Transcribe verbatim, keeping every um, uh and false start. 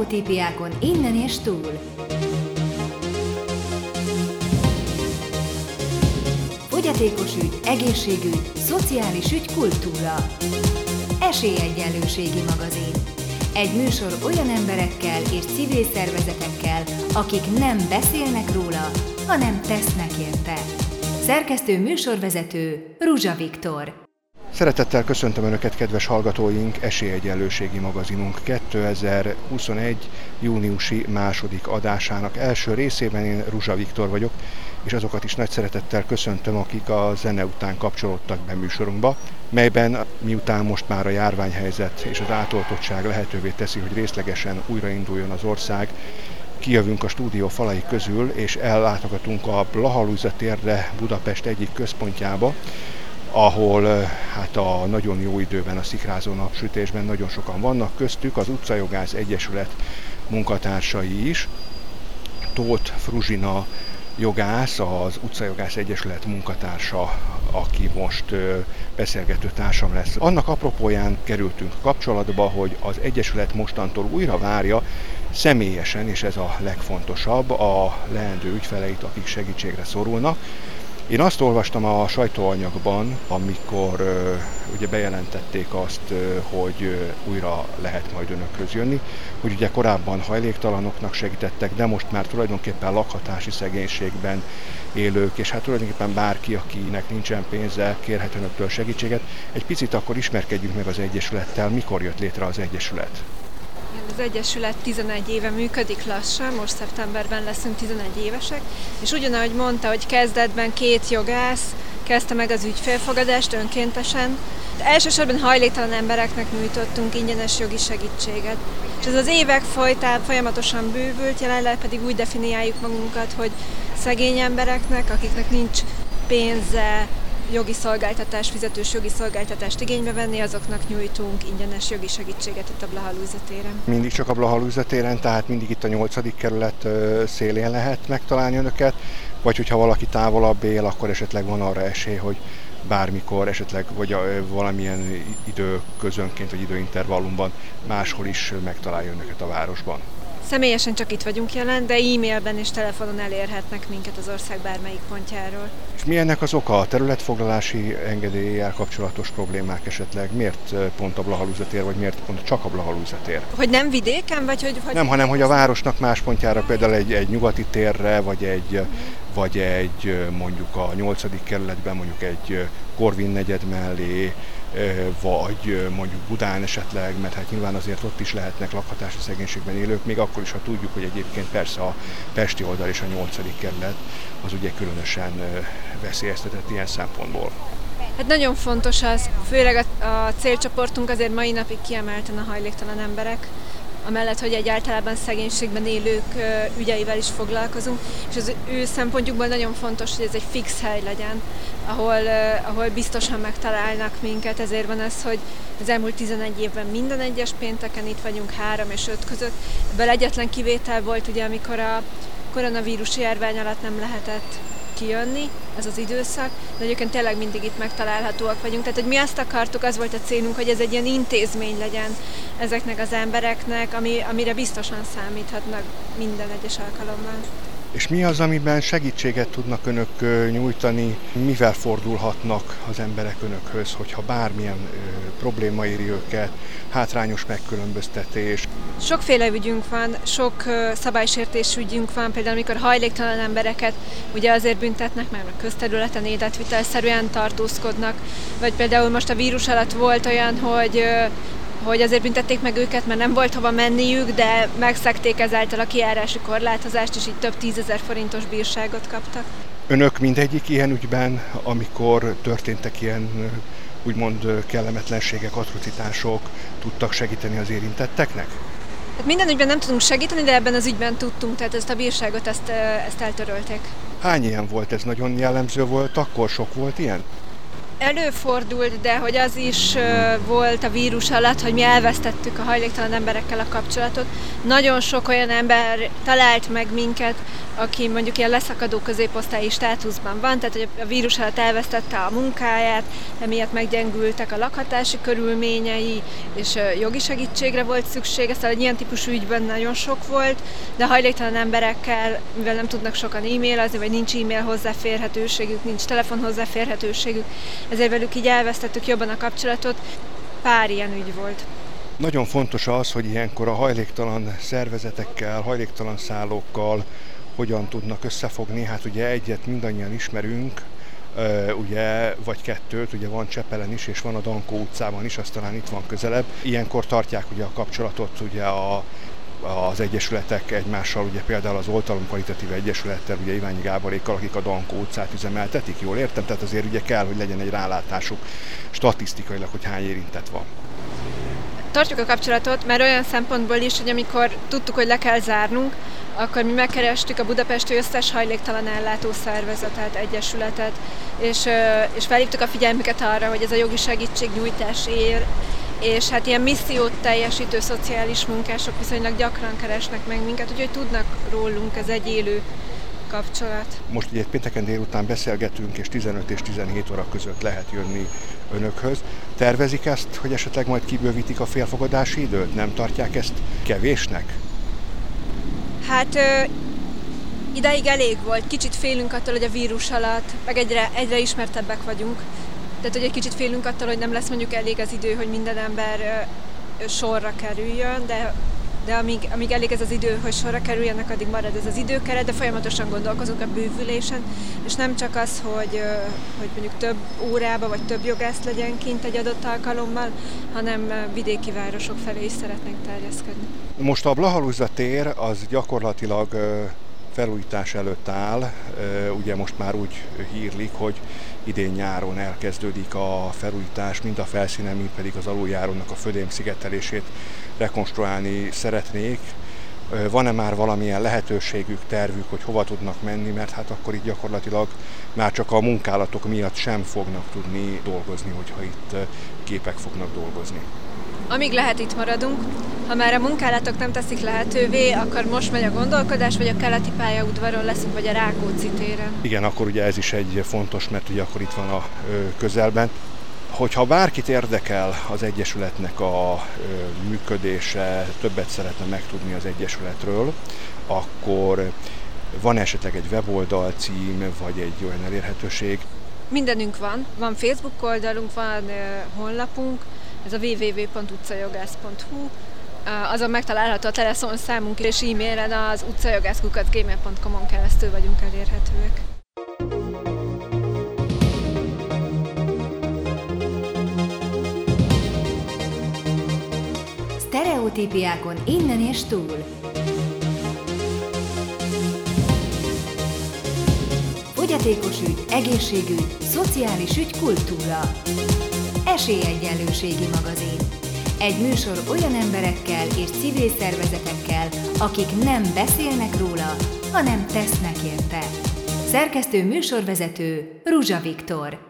sztereotípiákon innen és túl. Fogyatékos ügy, egészségügy, szociális ügy, kultúra. Esélyegyenlőségi magazin. Egy műsor olyan emberekkel és civil szervezetekkel, akik nem beszélnek róla, hanem tesznek érte. Szerkesztő műsorvezető Ruzsa Viktor. Szeretettel köszöntöm Önöket, kedves hallgatóink, Esélyegyenlőségi magazinunk kétezer-huszonegy. júniusi második adásának első részében. Én Ruzsa Viktor vagyok, és azokat is nagy szeretettel köszöntöm, akik a zene után kapcsolódtak be műsorunkba, melyben miután most már a járványhelyzet és az átoltottság lehetővé teszi, hogy részlegesen újrainduljon az ország, kijövünk a stúdió falai közül, és ellátogatunk a Blaha Lujza térre, Budapest egyik központjába, ahol hát a nagyon jó időben, a szikrázó napsütésben nagyon sokan vannak, köztük az Utcajogász Egyesület munkatársai is. Tóth Fruzsina jogász, az Utcajogász Egyesület munkatársa, aki most beszélgető társam lesz. Annak apropóján kerültünk kapcsolatba, hogy az Egyesület mostantól újra várja személyesen, és ez a legfontosabb, a leendő ügyfeleit, akik segítségre szorulnak. Én azt olvastam a sajtóanyagban, amikor uh, ugye bejelentették azt, uh, hogy uh, újra lehet majd önökhöz jönni, hogy ugye korábban hajléktalanoknak segítettek, de most már tulajdonképpen lakhatási szegénységben élők, és hát tulajdonképpen bárki, akinek nincsen pénze, kérhet önöktől segítséget. Egy picit akkor ismerkedjünk meg az Egyesülettel, mikor jött létre az Egyesület? Az Egyesület tizenegy éve működik lassan, most szeptemberben leszünk tizenegy évesek, és ugyanahogy mondta, hogy kezdetben két jogász kezdte meg az ügyfélfogadást önkéntesen. De elsősorban hajléktalan embereknek nyújtottunk ingyenes jogi segítséget. És ez az évek folytán folyamatosan bővült, jelenleg pedig úgy definiáljuk magunkat, hogy szegény embereknek, akiknek nincs pénze, jogi szolgáltatás, fizetős jogi szolgáltatást igénybe venni, azoknak nyújtunk ingyenes jogi segítséget itt a Blaha Lujza téren. Mindig csak a Blaha Lujza téren, tehát mindig itt a nyolcadik kerület szélén lehet megtalálni önöket, vagy hogyha valaki távolabb él, akkor esetleg van arra esély, hogy bármikor, esetleg vagy valamilyen időközönként, vagy időintervallumban máshol is megtalálja önöket a városban. Személyesen csak itt vagyunk jelen, de e-mailben és telefonon elérhetnek minket az ország bármelyik pontjáról. És mi ennek az oka? A területfoglalási engedéllyel kapcsolatos problémák esetleg? Miért pont a Blaha Lujza tér, vagy miért pont csak a Blaha Lujza tér? Hogy nem vidéken, vagy hogy... hogy nem, hanem hogy a városnak más pontjára, például egy, egy nyugati térre, vagy egy, vagy egy mondjuk a nyolcadik kerületben, mondjuk egy Korvin negyed mellé, vagy mondjuk Budán esetleg, mert hát nyilván azért ott is lehetnek lakhatási szegénységben élők, még akkor is, ha tudjuk, hogy egyébként persze a pesti oldal és a nyolcadik kerület az ugye különösen veszélyeztetett ilyen szempontból. Hát nagyon fontos az, főleg a, a célcsoportunk azért mai napig kiemelten a hajléktalan emberek, amellett, hogy egyáltalában szegénységben élők ügyeivel is foglalkozunk, és az ő szempontjukból nagyon fontos, hogy ez egy fix hely legyen, ahol, ahol biztosan megtalálnak minket, ezért van ez, hogy az elmúlt tizenegy évben minden egyes pénteken itt vagyunk három és öt között. Ebből egyetlen kivétel volt, ugye, amikor a koronavírus járvány alatt nem lehetett kijönni, ez az időszak, de egyébként tényleg mindig itt megtalálhatóak vagyunk. Tehát, hogy mi azt akartuk, az volt a célunk, hogy ez egy ilyen intézmény legyen ezeknek az embereknek, ami, amire biztosan számíthatnak minden egyes alkalommal. És mi az, amiben segítséget tudnak önök nyújtani? Mivel fordulhatnak az emberek önökhöz, hogyha bármilyen ö, probléma éri őket, hátrányos megkülönböztetés? Sokféle ügyünk van, sok ö, szabálysértés ügyünk van, például amikor hajléktalan embereket ugye azért büntetnek, mert a közterületen életvitelszerűen tartózkodnak, vagy például most a vírus alatt volt olyan, hogy ö, hogy azért büntették meg őket, mert nem volt hova menniük, de megszegték ezáltal a kijárási korlátozást, és így több tízezer forintos bírságot kaptak. Önök mindegyik ilyen ügyben, amikor történtek ilyen úgymond kellemetlenségek, atrocitások, tudtak segíteni az érintetteknek? Hát minden ügyben nem tudunk segíteni, de ebben az ügyben tudtunk, tehát ezt a bírságot ezt, ezt eltörölték. Hány ilyen volt? Ez nagyon jellemző volt? Akkor sok volt ilyen? Előfordult, de hogy az is volt a vírus alatt, hogy mi elvesztettük a hajléktalan emberekkel a kapcsolatot. Nagyon sok olyan ember talált meg minket, aki mondjuk ilyen leszakadó középosztályi státuszban van, tehát hogy a vírus alatt elvesztette a munkáját, emiatt meggyengültek a lakhatási körülményei, és jogi segítségre volt szüksége, szóval egy ilyen típusú ügyben nagyon sok volt, de a hajléktalan emberekkel, mivel nem tudnak sokan e-mailezni, vagy nincs e-mail hozzáférhetőségük, nincs telefon hozzáférhetőségük, ezért velük így elvesztettük jobban a kapcsolatot. Pár ilyen ügy volt. Nagyon fontos az, hogy ilyenkor a hajléktalan szervezetekkel, hajléktalan szállókkal hogyan tudnak összefogni. Hát ugye egyet mindannyian ismerünk, ugye, vagy kettőt, ugye van Csepelen is, és van a Dankó utcában is, az talán itt van közelebb. Ilyenkor tartják ugye a kapcsolatot ugye a az egyesületek egymással, ugye például az Oltalom Karitatív Egyesülettel, ugye Iványi Gáborékkal, akik a Dankó utcát üzemeltetik, jól értem? Tehát azért ugye kell, hogy legyen egy rálátásuk statisztikailag, hogy hány érintett van. Tartjuk a kapcsolatot, mert olyan szempontból is, hogy amikor tudtuk, hogy le kell zárnunk, akkor mi megkerestük a budapesti összes hajléktalan ellátó szervezetet, egyesületet, és, és felhívtuk a figyelmüket arra, hogy ez a jogi segítségnyújtás ér, és hát ilyen missziót teljesítő szociális munkások viszonylag gyakran keresnek meg minket, úgyhogy tudnak rólunk, ez egy élő kapcsolat. Most ugye egy pénteken délután beszélgetünk, és tizenöt és tizenhét óra között lehet jönni önökhöz. Tervezik ezt, hogy esetleg majd kibővítik a félfogadási időt? Nem tartják ezt kevésnek? Hát ö, idáig elég volt. Kicsit félünk attól, hogy a vírus alatt, meg egyre, egyre ismertebbek vagyunk. Tehát, hogy egy kicsit félünk attól, hogy nem lesz mondjuk elég az idő, hogy minden ember ö, sorra kerüljön, de, de amíg, amíg elég ez az idő, hogy sorra kerüljenek, addig marad ez az időkeret, de folyamatosan gondolkozunk a bővülésen, és nem csak az, hogy, ö, hogy mondjuk több órába vagy több jogász legyen kint egy adott alkalommal, hanem vidéki városok felé is szeretnénk terjeszkedni. Most a Blahalúza tér az gyakorlatilag felújítás előtt áll, ugye most már úgy hírlik, hogy idén nyáron elkezdődik a felújítás, mind a felszínen, mind pedig az aluljárónak a födémszigetelését rekonstruálni szeretnék. Van-e már valamilyen lehetőségük, tervük, hogy hova tudnak menni, mert hát akkor itt gyakorlatilag már csak a munkálatok miatt sem fognak tudni dolgozni, hogyha itt gépek fognak dolgozni. Amíg lehet, itt maradunk. Ha már a munkálatok nem teszik lehetővé, akkor most megy a gondolkodás, vagy a keleti pályaudvaron leszünk, vagy a Rákóczi téren. Igen, akkor ugye ez is egy fontos, mert ugye akkor itt van a közelben. Hogyha bárkit érdekel az Egyesületnek a működése, többet szeretne megtudni az Egyesületről, akkor van esetleg egy weboldal cím, vagy egy olyan elérhetőség? Mindenünk van. Van Facebook oldalunk, van honlapunk, ez a double-u double-u double-u pont utcajogász pont hu, azon megtalálható a telefonszámunk, és e-mailen az utcajogász kukac gmail pont com-on keresztül vagyunk elérhetőek. Sztereotípiákon innen és túl. Fogyatékos ügy, egészségügy, szociális ügy, kultúra. Esélyegyenlőségi magazin. Egy műsor olyan emberekkel és civil szervezetekkel, akik nem beszélnek róla, hanem tesznek érte. Szerkesztő műsorvezető Ruzsa Viktor.